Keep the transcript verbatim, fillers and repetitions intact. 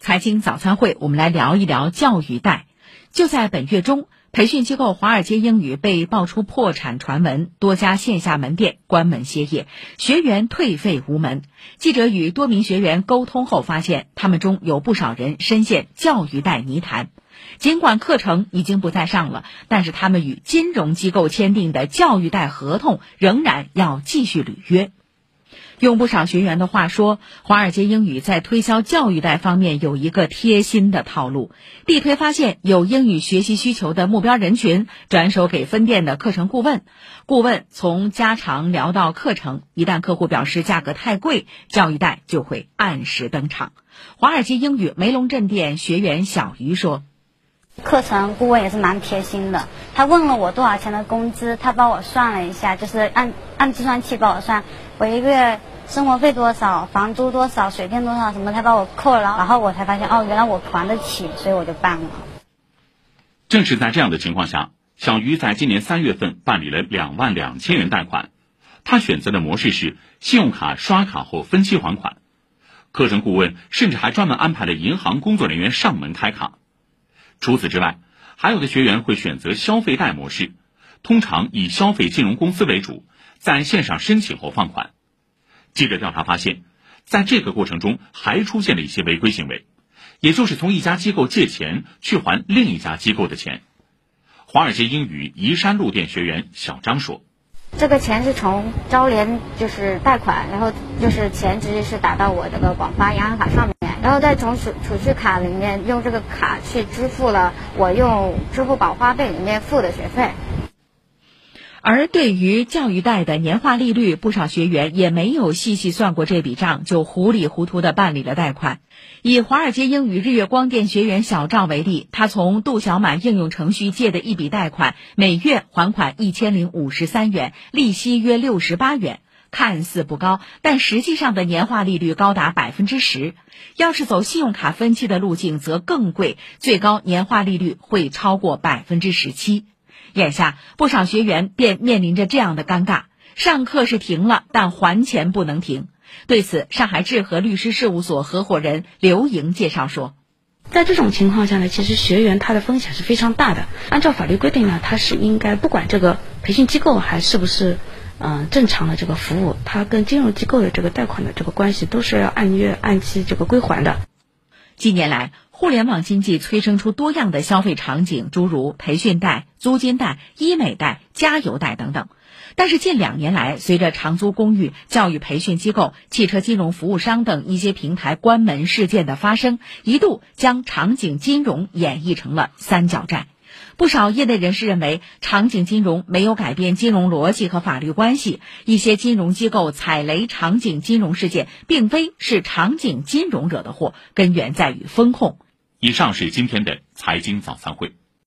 财经早餐会，我们来聊一聊教育贷。就在本月中，培训机构华尔街英语被爆出破产传闻，多家线下门店关门歇业，学员退费无门。记者与多名学员沟通后发现，他们中有不少人深陷教育贷泥潭。尽管课程已经不再上了，但是他们与金融机构签订的教育贷合同仍然要继续履约。用不少学员的话说，华尔街英语在推销教育贷方面有一个贴心的套路。地推发现有英语学习需求的目标人群转手给分店的课程顾问，顾问从家常聊到课程，一旦客户表示价格太贵，教育贷就会按时登场。华尔街英语梅龙镇店学员小鱼说， 课程顾问也是蛮贴心的，他问了我多少钱的工资，他帮我算了一下，就是按按计算器帮我算，我一个月生活费多少，房租多少，水电多少，什么他帮我扣了，然后我才发现哦，原来我还得起，所以我就办了。 正是在这样的情况下，小鱼在今年三月份办理了两万两千元贷款。他选择的模式是信用卡刷卡后分期还款，课程顾问甚至还专门安排了银行工作人员上门开卡。除此之外，还有的学员会选择消费贷模式，通常以消费金融公司为主，在线上申请后放款。记者调查发现，在这个过程中还出现了一些违规行为，也就是从一家机构借钱去还另一家机构的钱。华尔街英语宜山路店学员小张说， 这个钱是从招联就是贷款，然后就是钱直接是打到我这个广发银行卡上面，然后再从储储蓄卡里面用这个卡去支付了我用支付宝花呗里面付的学费。 而对于教育贷的年化利率，不少学员也没有细细算过这笔账，就糊里糊涂地办理了贷款。以华尔街英语日月光店学员小赵为例，他从杜小满应用程序借的一笔贷款，每月还款一千零五十三元，利息约六十八元。看似不高，但实际上的年化利率高达百分之十。要是走信用卡分期的路径，则更贵，最高年化利率会超过百分之十七。眼下，不少学员便面临着这样的尴尬：上课是停了，但还钱不能停。对此，上海智和律师事务所合伙人刘莹介绍说， 在这种情况下呢，其实学员他的风险是非常大的。按照法律规定呢，他是应该不管这个培训机构还是不是嗯、呃、正常的这个服务，他跟金融机构的这个贷款的这个关系都是要按月按期这个归还的。 近年来，互联网经济催生出多样的消费场景，诸如培训贷、租金贷、医美贷、加油贷等等。但是近两年来，随着长租公寓、教育培训机构、汽车金融服务商等一些平台关门事件的发生，一度将场景金融演绎成了三角债。不少业内人士认为，场景金融没有改变金融逻辑和法律关系，一些金融机构踩雷场景金融事件，并非是场景金融惹的祸，根源在于风控。 以上是今天的财经早餐会。